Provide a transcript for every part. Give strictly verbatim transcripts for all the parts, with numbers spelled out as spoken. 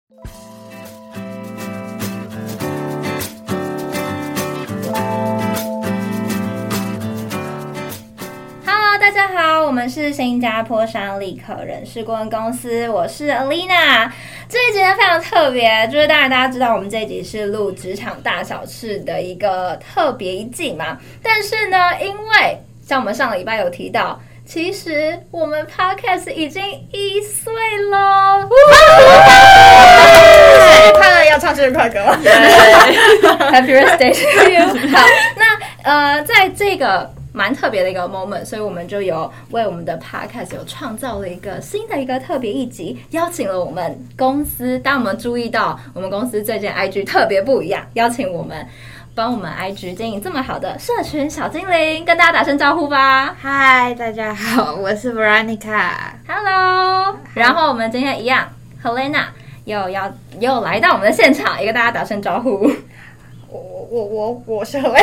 大家好，我们是新加坡商立可人事顾问公司，我是 Alina。这一集呢非常特别，就是当然大家知道我们这一集是录职场大小事的一个特别一季嘛，但是呢，因为像我们上个礼拜有提到，其实我们 Podcast 已经一岁了， 快乐要唱生日快歌吗？ 对，Happy Birthday to you。好，那呃，在这个蛮特别的一个 moment， 所以我们就有为我们的 podcast 有创造了一个新的一个特别一集，邀请了我们公司。当我们注意到我们公司最近 I G 特别不一样，邀请我们帮我们 I G 经营这么好的社群小精灵，跟大家打声招呼吧。 嗨，大家好，我是 Veronica。Hello。 然后我们今天一样 ，Helena 又要又来到我们的现场，也跟大家打声招呼。 我我我我是 Helena。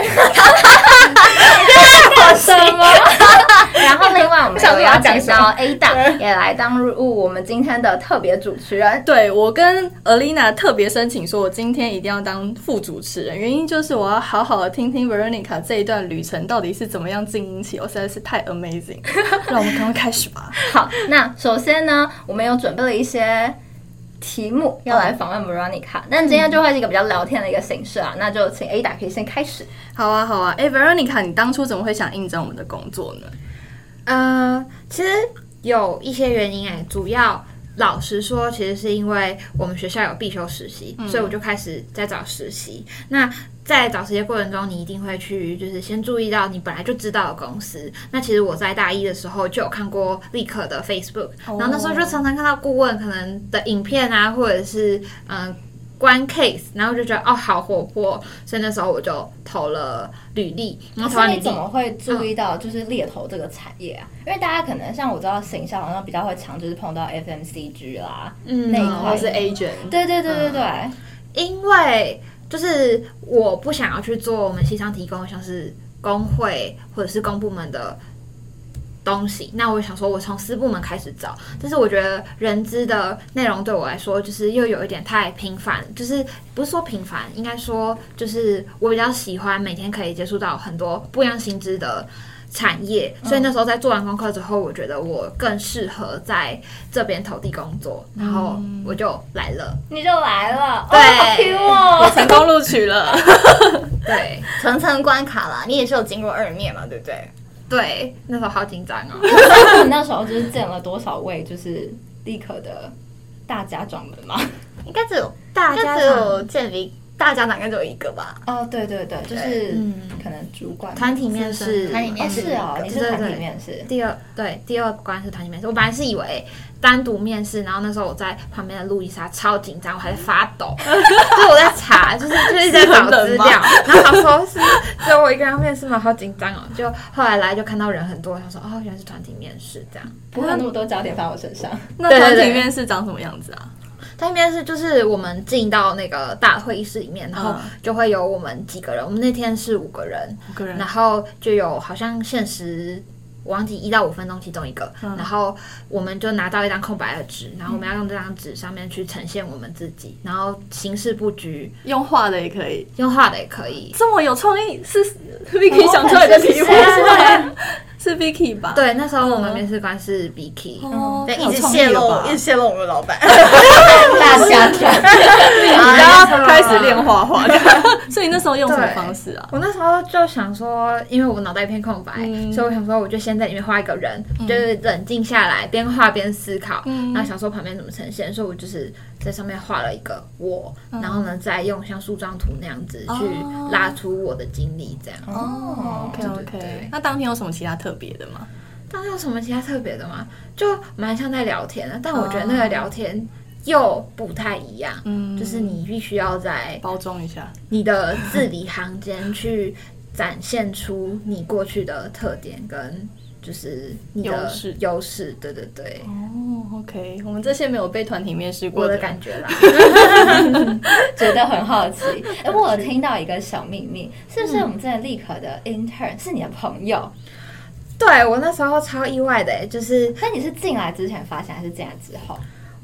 什么？然后另外我们有邀请到 Ada 也来当入我们今天的特别主持人。 对，我跟 Alina 特别申请说，我今天一定要当副主持人，原因就是我要好好的听听 Veronica 这一段旅程到底是怎么样经营起，我实在是太 amazing。让我们赶快开始吧。 好，那首先呢，我们有准备了一些题目要来访问 Veronica， 但今天就会是一个比较聊天的一个形式啊，那就请 Ada 可以先开始。 好啊，好啊。哎 ，Veronica， 你当初怎么会想应征我们的工作呢？ 呃，其实有一些原因哎，主要老实说，其实是因为我们学校有必修实习，嗯、所以我就开始在找实习。那在找实习的过程中，你一定会去，就是先注意到你本来就知道的公司。那其实我在大一的时候就有看过立可的 Facebook，、哦、然后那时候就常常看到顾问可能的影片啊，或者是嗯。关 case， 然后就觉得哦好活泼，所以那时候我就投了履历。然后投完履历， 你怎么会注意到就是猎头这个产业啊？嗯、因为大家可能像我知道行销好像比较会常就是碰到 F M C G 啦，嗯，那一块或是 agent， 对对对对对， 嗯、因为就是我不想要去做我们系上提供像是工会或者是公部门的东西，那我想说我从私部门开始找，但是我觉得人资的内容对我来说就是又有一点太频繁，就是不是说频繁，应该说就是我比较喜欢每天可以接触到很多不一样薪资的产业，所以那时候在做完功课之后，我觉得我更适合在这边投递工作，然后我就来了。 你就来了， 对， 哦、好 Q 哦， 我成功录取了。 对， 层层关卡啦，你也是有经过二面嘛，对不对？ 对，那时候好紧张哦。 你那时候就是见了多少位就是立可的大家长们吗？ 应该只有大家长，只有见离大家长应该只有一个吧？ 哦，对对对，就是嗯，可能主管团体面试， 团体面试哦，你是团体面试。 第二对第二关是团体面试，我本来是以为单独面试，然后那时候我在旁边的路易莎超紧张，我还在发抖，就是我在查，就是就是在找资料，然后想说是只有我一个人面试吗？好紧张哦！就后来来就看到人很多，想说哦，原来是团体面试这样， 不会有那么多焦点放我身上。 那团体面试长什么样子啊？ 团体面试就是我们进到那个大会议室里面，然后就会有我们几个人，我们那天是五个人， 五个人， 然后就有好像限时。我忘记一到五分钟其中一个、嗯，然后我们就拿到一张空白的纸，然后我们要用这张纸上面去呈现我们自己，然后形式布局， 用画的也可以， 用画的也可以。 这么有创意，是 Vicky 想出来的题目，哦、是, 是 Vicky 吧？ 对，那时候我们面试官是 Vicky，、 嗯、对，一直泄露，一直泄露我们老板， 大家你要开始练画画的，所以你那时候用什么方式啊？ 我那时候就想说，因为我脑袋一片空白、嗯，所以我想说，我就先在里面画一个人，嗯、就是冷静下来，边画边思考、嗯，然后想说旁边怎么呈现，所以我就是在上面画了一个我，嗯、然后呢，再用像树状图那样子去拉出我的经历，这样。 哦 ，OK OK。那当天有什么其他特别的吗？ 当天有什么其他特别的吗？就蛮像在聊天的，但我觉得那个聊天又不太一样，嗯，就是你必须要在包装一下你的字里行间去展现出你过去的特点跟就是你的优势，优势，对对对。 哦 ，OK， 我们这些没有被团体面试过的， 我的感觉啦， 觉得很好奇。哎，我有听到一个小秘密，是不是我们在立可的 intern 是你的朋友？ 对，我那时候超意外的，就是， 那你是进来之前发现，还是进来之后？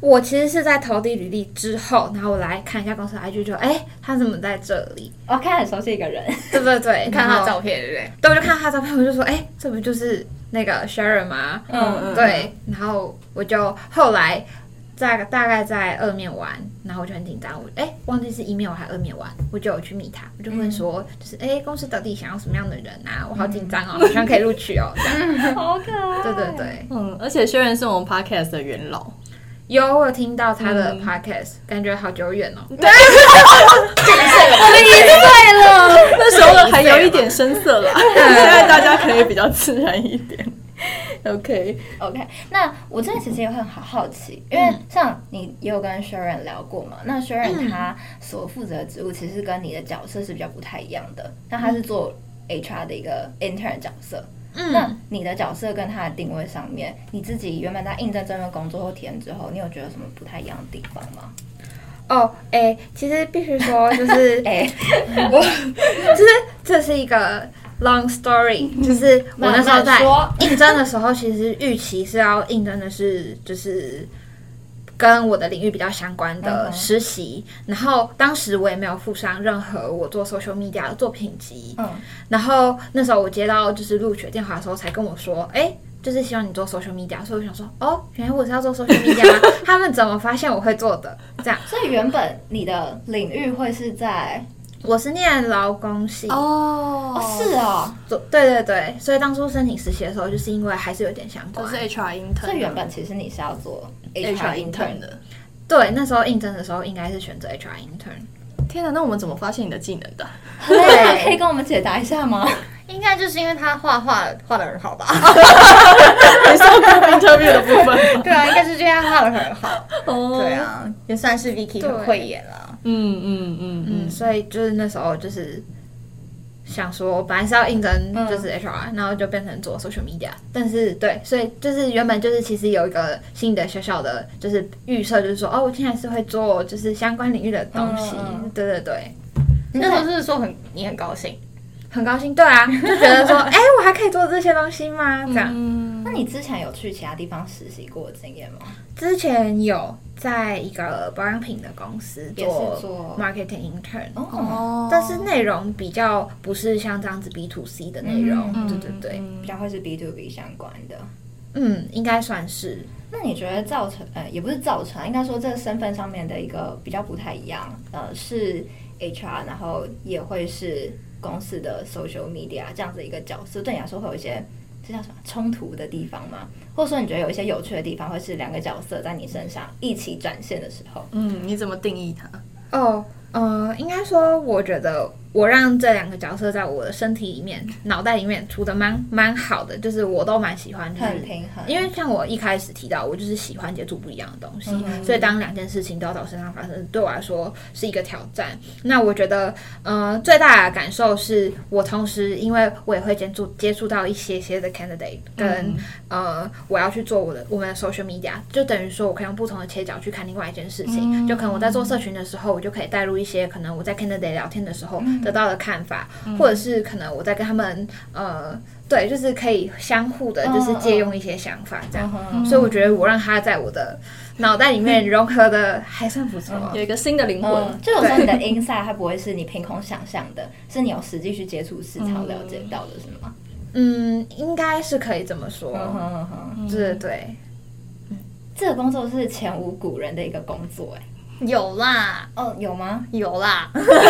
我其实是在投递履历之后，然后我来看一下公司的 I G， 就哎、欸，他怎么在这里？ 我看很熟悉一个人， 对对对， 看他的照片，对不对？ 对，我就看他的照片，我就说，哎、欸，这不就是那个 Sharon 吗？ 嗯嗯， 对。然后我就后来在大概在二面完，然后我就很紧张，我哎、欸、忘记是一面完还是二面完，我就有去密他，我就问说，嗯、就是哎、欸、公司到底想要什么样的人啊？我好紧张哦，好像可以录取哦，这样。 好可爱。 对对对， 嗯，而且Sharon是我们 podcast 的元老。 有，我有听到他的 podcast，、嗯、感觉好久远哦。 对，我们一岁了， 那时候还有一点生涩啦，现在大家可以比较自然一点。OK OK， 那我真的其实也会很好好奇，因为像你也有跟 Sharon 聊过嘛，那 Sharon 他所负责的职务其实跟你的角色是比较不太一样的，那他是做 H R 的一个 intern 角色。嗯，那你的角色跟他的定位上面，你自己原本在应征这份工作或体验之后，你有觉得什么不太一样的地方吗？ 哦，哎、欸，其实必须说，就是哎，欸、我就是这是一个 long story， 就是我那时候在应征的时候，其实预期是要应征的是就是跟我的领域比较相关的实习，嗯、然后当时我也没有附上任何我做 social media 的作品集，嗯，然后那时候我接到就是录取电话的时候，才跟我说，哎、欸。就是希望你做 social media， 所以我想说，哦，原来我是要做 social media 吗？他们怎么发现我会做的？这样， 所以原本你的领域会是在， 我是念劳工系哦，哦是哦， 对对对，所以当初申请实习的时候，就是因为还是有点相关， 就是 H R intern， 所以原本其实你是要做 H R intern 的， 对，那时候应征的时候应该是选择 H R intern。 天哪，那我们怎么发现你的技能的？ 对，可以跟我们解答一下吗？ 应该就是因为他画画画的很好吧？ 你说 group interview 的部分吗？ 对啊，应该是因为他画的很好。 哦， 对啊，也算是 Vicky 很会演了。 嗯嗯嗯嗯，所以就是那时候就是想说，本来是要应征就是 H R，、嗯、然后就变成做 social media， 但是对，所以就是原本就是其实有一个新的小小的，就是预设，就是说哦，我现在是会做就是相关领域的东西，嗯、对对对。 你那时候是说很你很高兴。 很高兴，对啊，就觉得说，哎、欸，我还可以做这些东西吗？这样、 嗯。那你之前有去其他地方实习过的经验吗？ 之前有在一个保养品的公司做 marketing intern， 哦， 但是内容比较不是像这样子 B to C 的内容，嗯、对对对， 比较会是 B to B 相关的。 嗯，应该算是。 那你觉得造成，呃，也不是造成，应该说这个身份上面的一个比较不太一样，呃，是 H R， 然后也会是公司的 social media 这样子一个角色，对你来说会有一些这叫什么冲突的地方吗？或者说你觉得有一些有趣的地方，会是两个角色在你身上一起展现的时候？ 嗯，你怎么定义它？ 哦，呃，应该说，我觉得我让这两个角色在我的身体里面、脑袋里面处的蛮蛮好的，就是我都蛮喜欢，就是很平衡。 因为像我一开始提到，我就是喜欢接触不一样的东西， 嗯、 所以当两件事情都要到我身上发生，对我来说是一个挑战。那我觉得，呃，最大的感受是我同时，因为我也会接触接触到一些些的 candidate， 跟、嗯、呃，我要去做我的我们的 social media， 就等于说我可以用不同的切角去看另外一件事情。嗯、就可能我在做社群的时候，我就可以带入一些可能我在 candidate 聊天的时候得到的看法，嗯、或者是可能我在跟他们呃。对，就是可以相互的，就是借用一些想法这样， uh, uh, uh, 所以我觉得我让他在我的脑袋里面融合的还算不错， 有一个新的灵魂。 嗯、就有时候你的 insight 它不会是你凭空想象的，是你有实际去接触市场了解到的，是吗？ 嗯，应该是可以这么说。 嗯哼哼， 对对。 嗯，这个工作是前无古人的一个工作，哎。 有啦， 哦，有吗？ 有啦。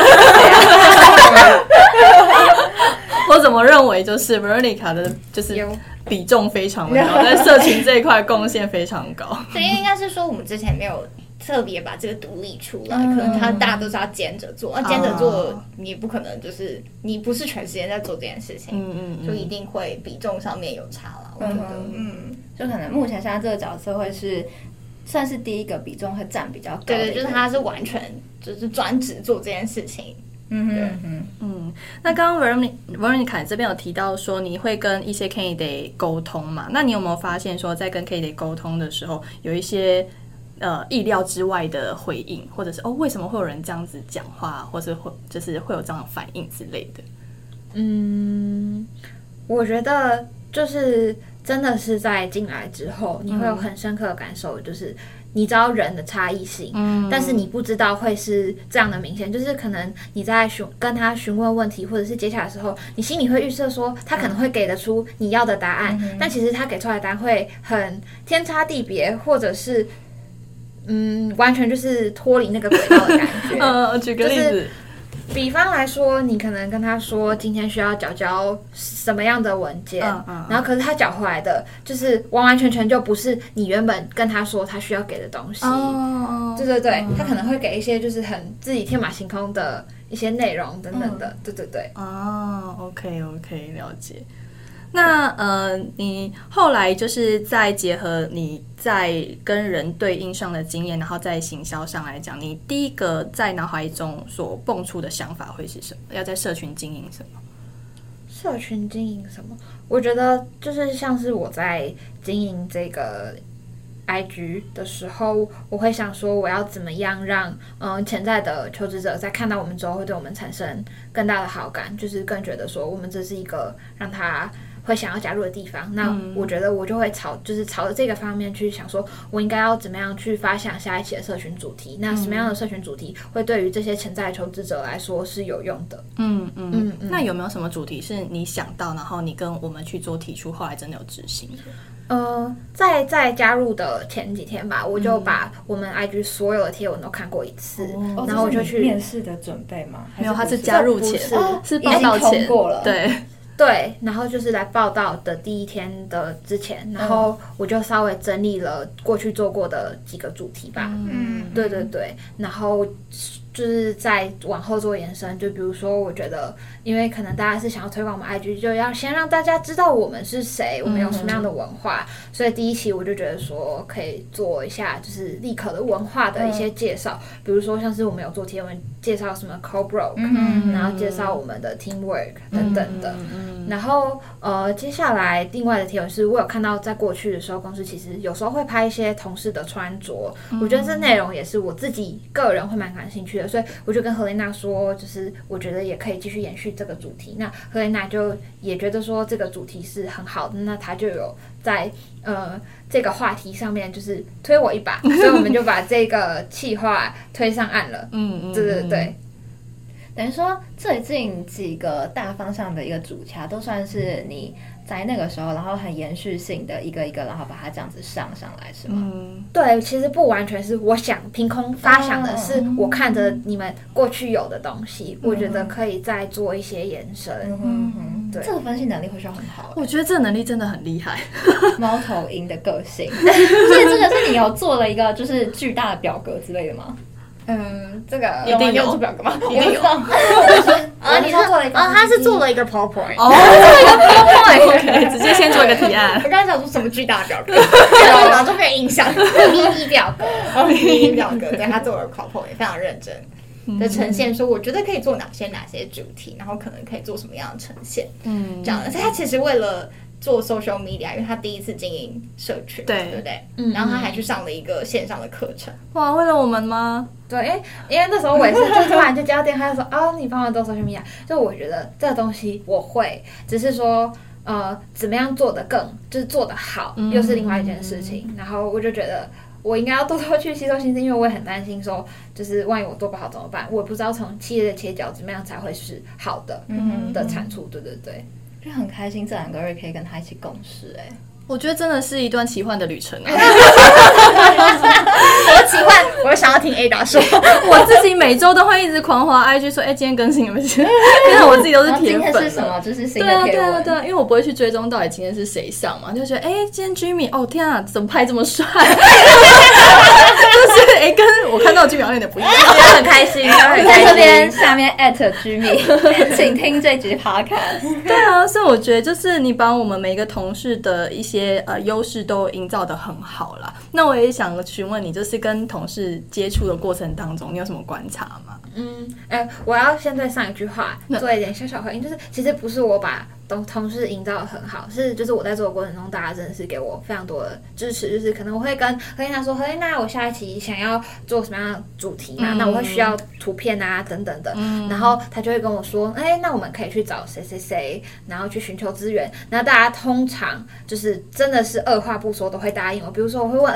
我怎么认为就是 Veronica 的，就是比重非常的高，在社群这一块贡献非常高。 对，因为应该是说我们之前没有特别把这个独立出来，嗯、可能他大家都是要兼着做，那兼着做你不可能就是你不是全时间在做这件事情，嗯嗯嗯，就一定会比重上面有差了。我觉得，嗯， 就可能目前现在这个角色会是。算是第一个比重会占比较高的， 对对，就是他是完全就是专职做这件事情。 嗯哼嗯嗯。那刚刚 Veronica 这边有提到说你会跟一些 candidate 沟通嘛？那你有没有发现说在跟 candidate 沟通的时候有一些呃意料之外的回应，或者是哦为什么会有人这样子讲话，或是会就是会有这样的反应之类的？ 嗯，我觉得就是。真的是在进来之后，你会有很深刻的感受，就是你知道人的差异性，嗯，但是你不知道会是这样的明显，就是可能你在询跟他询问问题或者是接洽的时候，你心里会预设说他可能会给得出你要的答案，嗯、但其实他给出来的答案会很天差地别，或者是嗯，完全就是脱离那个轨道的感觉。 呃，举个例子。就是比方来说，你可能跟他说今天需要缴交什么样的文件，嗯嗯、然后可是他缴回来的就是完完全全就不是你原本跟他说他需要给的东西。哦，对对对，嗯、他可能会给一些就是很自己天马行空的一些内容等等的，嗯、对对对。 哦 ，OK OK， 了解。那呃，你后来就是再结合你在跟人对应上的经验，然后在行销上来讲，你第一个在脑海中所蹦出的想法会是什么？要在社群经营什么？ 社群经营什么？我觉得就是像是我在经营这个 I G 的时候，我会想说我要怎么样让嗯潜在的求职者在看到我们之后会对我们产生更大的好感，就是更觉得说我们这是一个让他会想要加入的地方。那我觉得我就会朝就是朝着这个方面去想说我应该要怎么样去发想下一期的社群主题，那什么样的社群主题会对于这些潜在的求职者来说是有用的。 嗯嗯嗯嗯。那有没有什么主题是你想到然后你跟我们去做提出后来真的有执行的？ 呃，在在加入的前几天吧，我就把我们 I G 所有的贴文都看过一次， 哦、 然后我就去面试的准备吗？ 没有，他是加入前，是、 哦、 是报道前过了， 对对，然后就是来报道的第一天的之前，然后我就稍微整理了过去做过的几个主题吧，嗯，对对对，然后就是再往后做延伸，就比如说，我觉得，因为可能大家是想要推广我们 I G， 就要先让大家知道我们是谁，我们有什么样的文化，嗯、所以第一期我就觉得说可以做一下就是立可的文化的一些介绍，嗯、比如说像是我们有做贴文介绍什么 co-broke，嗯、然后介绍我们的 teamwork 等等的，嗯、然后呃，接下来另外的贴文是我有看到在过去的时候，公司其实有时候会拍一些同事的穿着，嗯、我觉得这内容也是我自己个人会蛮感兴趣的。所以我就跟何蕾娜说，就是我觉得也可以继续延续这个主题。那何蕾娜就也觉得说这个主题是很好的，那她就有在呃这个话题上面就是推我一把，所以我们就把这个企划推上岸了。嗯嗯，对对对。 等于说最近几个大方向的一个主题都算是你在那个时候然后很延续性的一个一个然后把它这样子上上来是吗？ 嗯，对，其实不完全是我想凭空发想的，是我看着你们过去有的东西，嗯、我觉得可以再做一些延伸。嗯嗯，对，这个分析能力会需要很好。 我觉得这个能力真的很厉害。 猫头鹰的个性，所以这个是你有做了一个就是巨大的表格之类的吗？ 嗯，这个一定有做表格吗？ 一定有。 啊，你是做了一个啊，他是做了一个 PowerPoint。 哦，做一个 PowerPoint， 直接先做一个提案。 我刚才想说什么巨大的表格，然后就被影响。迷你表格，迷你表格，对，他做了 PowerPoint， 非常认真的呈现说，我觉得可以做哪些哪些主题，然后可能可以做什么样的呈现，嗯，这样的。所以他其实为了做 social media， 因为他第一次经营社群， 对对不对？嗯，然后他还去上了一个线上的课程。 哇，为了我们吗？ 对，因为因为那时候我也是，就突然就接到电话，就说哦，你帮我做 social media， 就我觉得这个东西我会，只是说呃，怎么样做得更，就是做得好，又是另外一件事情。嗯、然后我就觉得我应该要多多去吸收新知，因为我也很担心说，就是万一我做不好怎么办？我也不知道从企业的切角怎么样才会是好的，嗯的产出。对对对。 就很开心这两个月可以跟他一起共事。哎、欸， 我觉得真的是一段奇幻的旅程啊！ 我奇幻，我想要听 Ada 说， 我自己每周都会一直狂滑 I G 说，哎、欸，今天更新有没有？因为我自己都是铁粉。 今天是什么？就是新的贴文。 对啊，对啊，对啊，因为我不会去追踪到底今天是谁上嘛，就觉得哎、欸，今天 Jimmy， 哦天啊，怎么拍这么帅？就是哎、欸，跟我看到 Jimmy 有点不一样， 很开心，很在这边下面 at Jimmy， 请听这集 podcast。 对啊，所以我觉得就是你把我们每一个同事的一些呃优势都营造得很好啦。那我也想询问你，就是跟同事接触的过程当中，你有什么观察吗？ 嗯，哎、欸，我要先对上一句话做一点小小回应，就是其实不是我把同同事营造得很好，是就是我在做的过程中，大家真的是给我非常多的支持，就是可能我会跟何丽娜说，何丽娜，我下一期想要做什么样的主题嘛？嗯、那我会需要图片啊等等的，嗯、然后他就会跟我说，哎、欸，那我们可以去找谁谁谁，然后去寻求资源。那大家通常就是真的是二话不说都会答应我，比如说我会问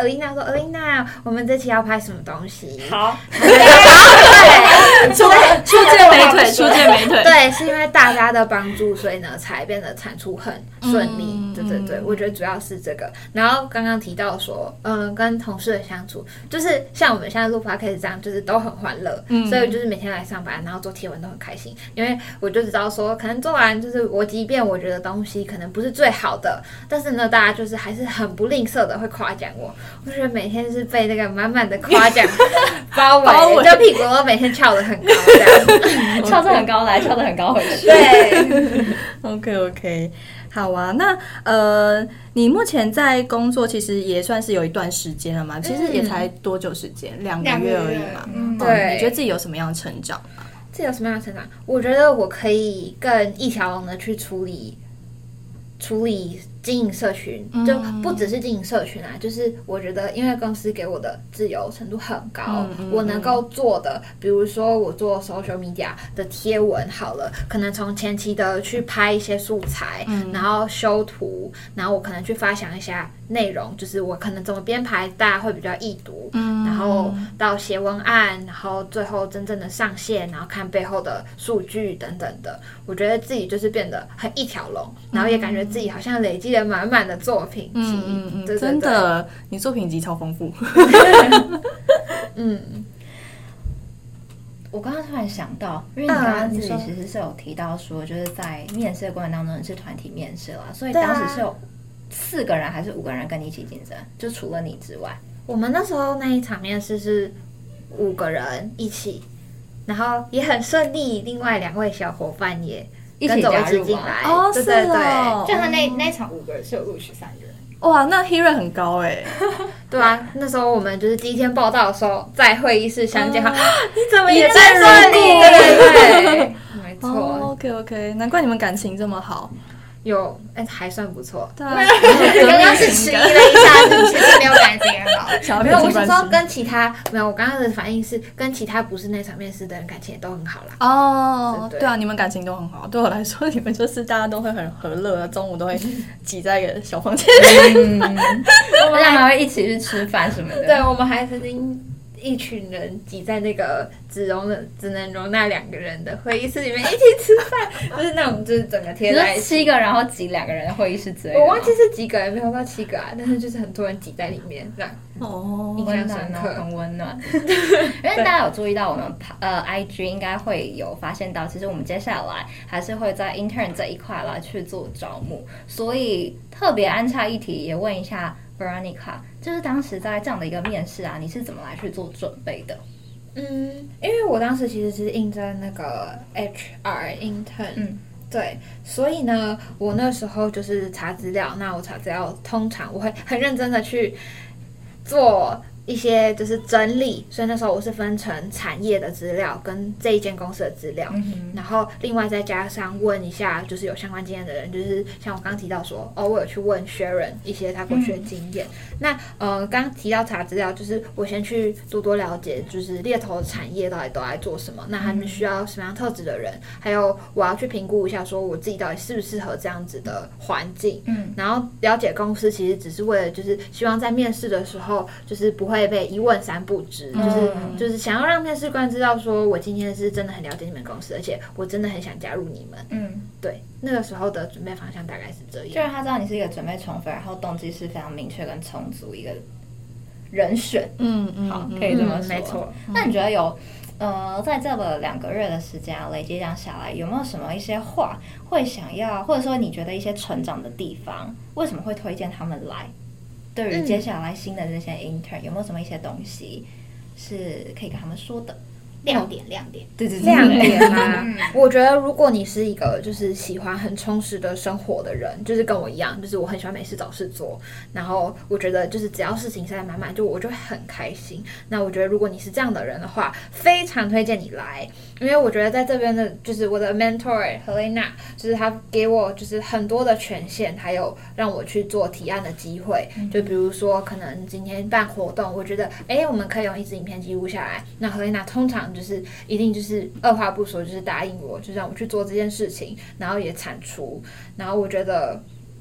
Alina 说 Alina， 我们这期要拍什么东西？ 好， 对， 出出界美腿，出界美腿。 对，是因为大家的帮助，所以呢才变得产出很顺利。 嗯、 对对对，我觉得主要是这个。然后刚刚提到说，嗯，跟同事的相处，就是像我们现在录 podcast 这样，就是都很欢乐，嗯、所以就是每天来上班，然后做贴文都很开心。因为我就知道说，可能做完就是我，即便我觉得东西可能不是最好的，但是呢，大家就是还是很不吝啬的会夸奖我。我觉得每天是被那个满满的夸奖包围，就屁股都每天翘得很高，这样翘得很高来，翘得很高回去。 对 ，OK OK， 好啊。那呃，你目前在工作其实也算是有一段时间了嘛？其实也才多久时间？两、嗯、个月而已嘛。 嗯，对。 你觉得自己有什么样的成长吗？ 自己有什么样的成长？我觉得我可以更一条龙的去处理处理经营社群，就不只是经营社群啊，嗯、就是我觉得因为公司给我的自由程度很高，嗯嗯、我能够做的，比如说我做 social media 的贴文好了，可能从前期的去拍一些素材，嗯、然后修图，然后我可能去发想一下内容，就是我可能怎么编排大家会比较易读，嗯、然后到写文案，然后最后真正的上线，然后看背后的数据等等的，我觉得自己就是变得很一条龙，然后也感觉自己好像累积了满满的作品集，嗯嗯嗯，对对对， 真的，你作品集超丰富。 嗯， 我刚刚突然想到，因为你刚刚自己其实是有提到说，就是在面试的过程当中是团体面试啦，所以当时是有四个人还是五个人跟你一起竞争？就除了你之外， 我们那时候那一场面试是五个人一起，然后也很顺利，另外两位小伙伴也一起加入进来， 哦， 对对对， 哦、 就他那那场五个人是有录取三人， 哇，那 hit rate 很高哎。 对啊，那时候我们就是第一天报道的时候，在会议室相见，哈、哦，你怎么也在这里？对对对，没错、 哦。OK OK， 难怪你们感情这么好。 有，哎、欸，还算不错。 对啊， 刚刚是迟疑了一下子，其实没有感情很好。 没有，我是说跟其他没有，我刚刚的反应是跟其他不是那场面试的人感情也都很好啦。 哦，对啊，你们感情都很好。对我来说，你们就是大家都会很和乐，中午都会挤在一个小房间里， 我们还会一起去吃饭什么的。 对，我们还曾经一群人挤在那个只容了只能容纳两个人的会议室里面一起吃饭，就是那种就是整个贴在一起， 七个然后挤两个人的会议室之类的。 我忘记是几个人，没有到七个啊，但是就是很多人挤在里面这样。 哦，温暖哦，很温暖。因为大家有注意到我们呃 I G 应该会有发现到，其实我们接下来还是会在 intern 这一块来去做招募，所以特别安插一题也问一下 Veronica， 就是当时在这样的一个面试啊，你是怎么来去做准备的？ 嗯，因为我当时其实是应征那个 H R intern，嗯，对，所以呢，我那时候就是查资料。那我查资料，通常我会很认真的去做一些就是整理，所以那时候我是分成产业的资料跟这一间公司的资料，嗯、然后另外再加上问一下就是有相关经验的人，就是像我刚刚提到说，哦，我有去问 Sharon 一些他过去的经验。嗯、那呃，刚刚提到查资料，就是我先去多多了解，就是猎头产业到底都在做什么，那他们需要什么样特质的人，还有我要去评估一下，说我自己到底适不适合这样子的环境。嗯，然后了解公司其实只是为了就是希望在面试的时候就是不会会被一问三不知，就是、嗯、就是想要让面试官知道说我今天是真的很了解你们公司，而且我真的很想加入你们。嗯，对，那个时候的准备方向大概是这样， 就是他知道你是一个准备充分，然后动机是非常明确跟充足一个人选。嗯嗯，好，可以这么说。嗯、 没错。 那你觉得有呃，在这个两个月的时间啊，累积这样下来，有没有什么一些话会想要，或者说你觉得一些成长的地方，为什么会推荐他们来？对于接下来新的这些 intern，、嗯、有没有什么一些东西是可以跟他们说的？ 亮点，亮点， 对对对， 亮点啊！我觉得如果你是一个就是喜欢很充实的生活的人，就是跟我一样，就是我很喜欢没事找事做，然后我觉得就是只要事情塞满满，就我就会很开心。那我觉得如果你是这样的人的话，非常推荐你来，因为我觉得在这边的就是我的 mentor Helena， 就是他给我就是很多的权限，还有让我去做提案的机会。嗯、就比如说可能今天办活动，我觉得哎我们可以用一支影片记录下来，那 Helena 通常就是一定就是二话不说，就是答应我，就让我去做这件事情，然后也产出。然后我觉得，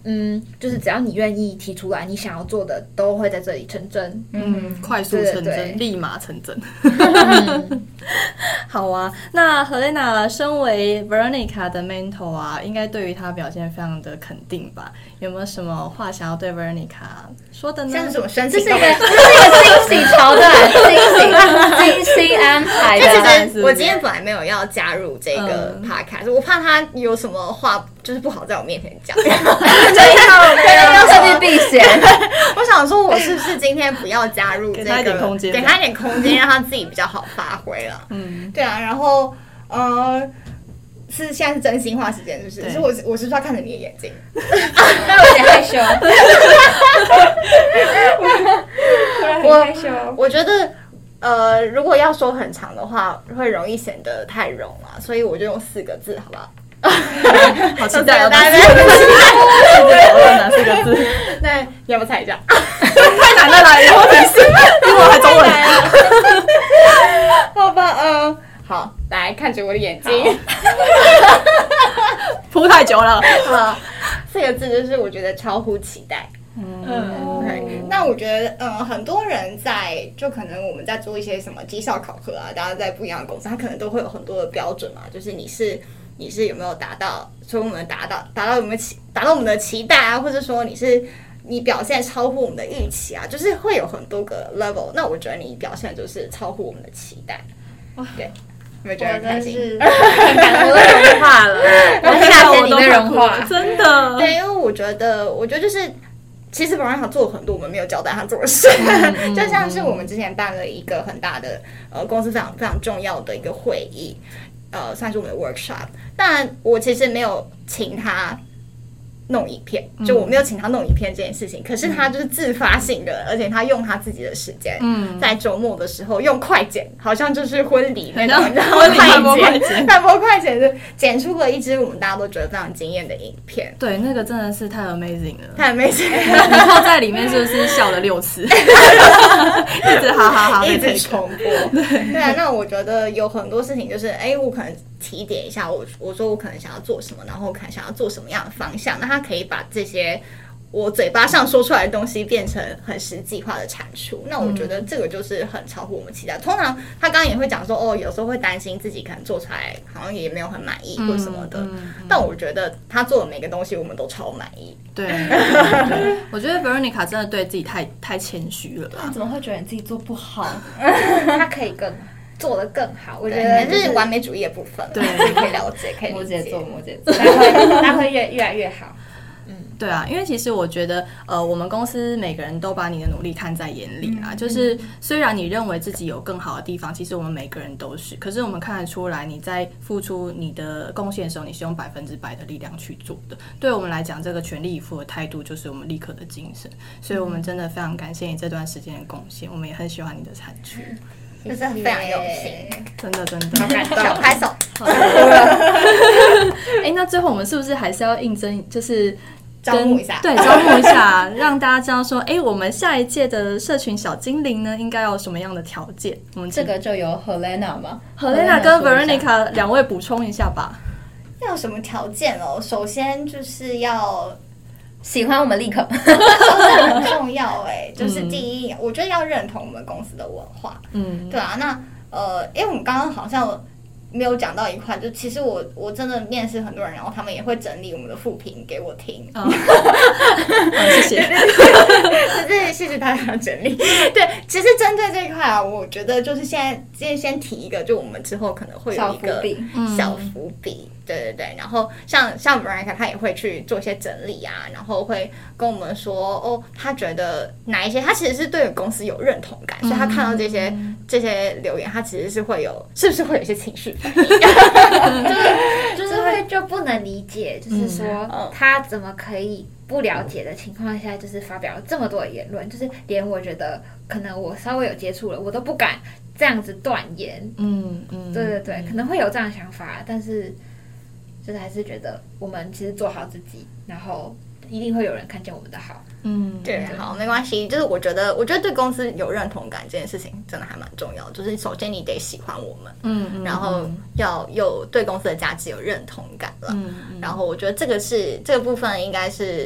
嗯，就是只要你愿意提出来，你想要做的都会在这里成真。 嗯，快速成真， 对对对立马成真。嗯、好啊，那 Helena 身为 Veronica 的 mentor 啊，应该对于她表现非常的肯定吧？有没有什么话想要对 Veronica 说的呢？ 像是什么申请？ 这是一个这是一个惊喜桥段，惊喜精心安排的。 其实我今天本来没有要加入这个 podcast，、嗯、我怕他有什么话就是不好在我面前讲。 要顺便避嫌。 我想说，我是不是今天不要加入这个， 给他一点空间， 给他一点空间，让他自己比较好发挥了。嗯，对啊。然后，呃，是现在是真心话时间，是不是？是我我是不是要看着你的眼睛？ 那我有点害羞。 我害羞。我觉得，呃，如果要说很长的话，会容易显得太冗了，所以我就用四个字，好不好？ 好期待哦！ 哪四个字？哪四个字？ 对，你要不猜一下？ 太难了啦！以后提示，英文还中文？ 好吧，嗯，好，来看着我的眼睛， 铺太久了。 好，四个字就是我觉得超乎期待。嗯，对。那我觉得，嗯，很多人在就可能我们在做一些什么绩效考核啊，大家在不一样的公司，他可能都会有很多的标准嘛，就是你是。你是有没有达到？所以我们达到达到我们期达到我们的期待啊，或者说你是你表现超乎我们的预期啊，就是会有很多个 level。那我觉得你表现就是超乎我们的期待。对，有没有觉得很开心？ 很感动，我都融化了， 我夏天里面融化， 真的。 对，因为我觉得，我觉得就是。其实Veronica做了很多我们没有交代他做的事，嗯、就像是我们之前办了一个很大的呃公司非常非常重要的一个会议，呃，算是我们的 workshop。但我其实没有请他弄影片，就我没有请他弄影片这件事情，嗯、可是他就是自发性的，而且他用他自己的时间，嗯，在周末的时候用快剪，好像就是婚礼那种，然后快剪，快播快剪的剪出了一支我们大家都觉得非常惊艳的影片。 对，那个真的是太 amazing 了， 太 amazing 了。然后在里面是不是笑了六次，一直哈哈哈， 一直重播。对对啊，那我觉得有很多事情就是，哎，我可能提点一下，我我说我可能想要做什么，然后我可能想要做什么样的方向，那他可以把这些我嘴巴上说出来的东西变成很实际化的产出。那我觉得这个就是很超乎我们期待。通常他刚刚也会讲说，哦，有时候会担心自己可能做出来好像也没有很满意或什么的，嗯嗯嗯、但我觉得他做的每个东西我们都超满意。 对，对我觉得 Veronica 真的对自己太太谦虚了啦。 你怎么会觉得你自己做不好？ 他可以更做得更好，我觉得这是完美主义的部分， 对， 可以了解，可以摩羯座，摩羯座，他会他会越越来越好。 嗯，对啊，因为其实我觉得，呃，我们公司每个人都把你的努力看在眼里啦。嗯、就是虽然你认为自己有更好的地方，其实我们每个人都是，可是我们看得出来，你在付出你的贡献的时候，你是用百分之百的力量去做的。对我们来讲，这个全力以赴的态度就是我们立刻的精神。所以我们真的非常感谢你这段时间的贡献，我们也很喜欢你的产出。 就是非常用心， 真的真的， 好感动，小拍手。 哎，那最后我们是不是还是要应征，就是招募一下？ 对，招募一下，让大家知道说，哎，我们下一届的社群小精灵呢，应该有什么样的条件？我们这个就由 Helena 嘛 ，Helena 跟 Veronica 两位补充一下吧。 要有什么条件哦？首先就是要。 喜欢我们立刻， 这很重要哎、欸，就是第一，嗯、我觉得要认同我们公司的文化，嗯，对啊，那呃，因为我们刚刚好像没有讲到一块，就其实我我真的面试很多人，然后他们也会整理我们的复评给我听，哦、 谢谢， 对，谢谢大家整理。对，其实针对这一块啊，我觉得就是现在先先提一个，就我们之后可能会有一个小伏笔。对对对，然后像像 Veronica 他也会去做一些整理啊，然后会跟我们说哦，他觉得哪一些他其实是对公司有认同感，嗯、所以他看到这些这些留言，他其实是会有是不是会有一些情绪反应， 就是就是会就不能理解，就是说、嗯、他怎么可以不了解的情况下，就是发表了这么多的言论，就是连我觉得可能我稍微有接触了，我都不敢这样子断言。嗯嗯，对对对，可能会有这样的想法，但是。就是还是觉得我们其实做好自己，然后一定会有人看见我们的好。 嗯，对，好，没关系。就是我觉得，我觉得对公司有认同感这件事情真的还蛮重要。就是首先你得喜欢我们，嗯，嗯然后要有对公司的价值有认同感了。嗯，然后我觉得这个是这个部分应该是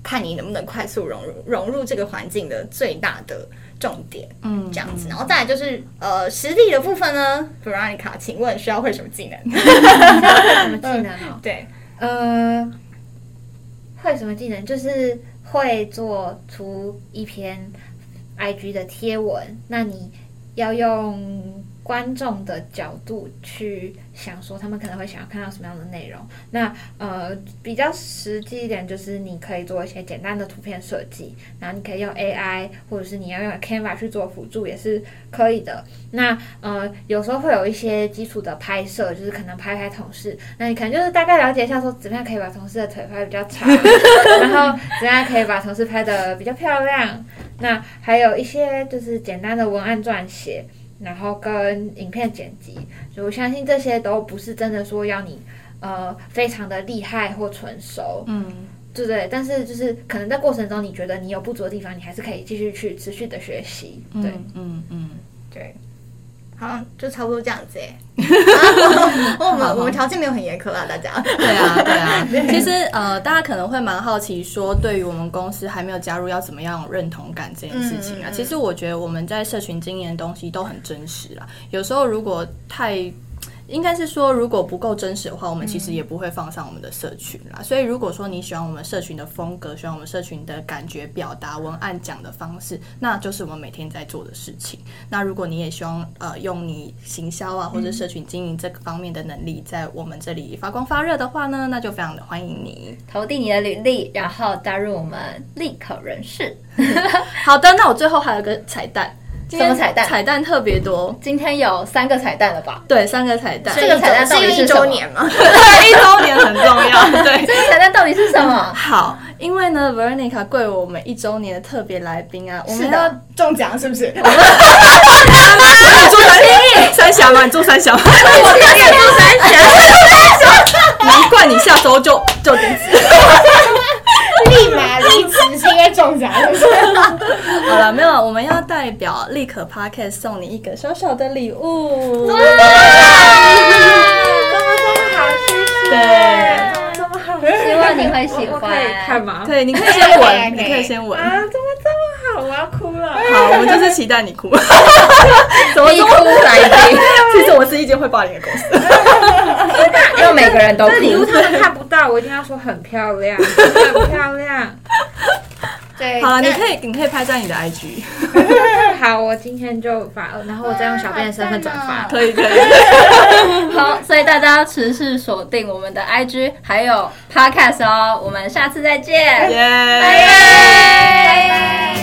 看你能不能快速融入融入这个环境的最大的重点，嗯，这样子。然后再来就是呃实力的部分呢 ，Veronica， 请问需要会什么技能？ 什么技能哦？ 对， 呃，会什么技能？就是会做出一篇 I G 的贴文，那你要用观众的角度去想说他们可能会想要看到什么样的内容。那呃比较实际一点就是你可以做一些简单的图片设计，然后你可以用 A I 或者是你要用 Canva 去做辅助也是可以的。那呃有时候会有一些基础的拍摄，就是可能拍拍同事，那你可能就是大概了解一下说怎么样可以把同事的腿拍得比较长，然后怎样可以把同事拍得比较漂亮。那还有一些就是简单的文案撰写，然后跟影片剪辑，所以我相信这些都不是真的说要你呃非常的厉害或纯熟，嗯，对不对？但是就是可能在过程中你觉得你有不足的地方，你还是可以继续去持续的学习，对， 嗯嗯嗯， 对。好，就差不多这样子哎。啊、我们我们条件没有很严苛啊，大家。 对啊，对啊。其实呃，大家可能会蛮好奇，说对于我们公司还没有加入，要怎么样认同感这件事情啊？嗯嗯嗯，其实我觉得我们在社群经营的东西都很真实啦。有时候如果太应该是说，如果不够真实的话，我们其实也不会放上我们的社群啦。所以，如果说你喜欢我们社群的风格，喜欢我们社群的感觉、表达、文案讲的方式，那就是我们每天在做的事情。那如果你也希望呃用你行销啊或者社群经营这个方面的能力，在我们这里发光发热的话呢，那就非常的欢迎你投递你的履历，然后加入我们立可人士。 好的，那我最后还有个彩蛋。 什么彩蛋？ 彩蛋特别多， 今天有三个彩蛋了吧？ 对，三个彩蛋。 这个彩蛋到底是一周年吗？ 对，一周年很重要。对， 这个彩蛋到底是什么？ 好，因为呢 ，Veronica 贵我们一周年的特别来宾啊，我们要中奖是不是？ 你做三峡吗？你做三峡吗？我也做三峡。难怪你下周就就离职。 立马离职是因为中奖，是不是？ 好了，没有，我们要代表立可 Podcast 送你一个小小的礼物。 哇，这么这么好，谢谢。 对， 这么好， 希望你会喜欢。 我可以看吗？ 可以，你可以先闻，你可以先闻。 啊，怎么这么好？我要哭了。 好，我们就是期待你哭。 怎么哭来宾？ 其实我是一间会霸凌的公司。 因为每个人都哭。 这礼物他们看不到，我一定要说很漂亮，很漂亮。 对， 好了，你可以，你可以拍在你的 I G。 好，我今天就发，然后我再用小编的身份转发。 可以，可以。 好，所以大家要持续锁定我们的 I G 还有 Podcast 哦，我们下次再见， 耶， 拜拜。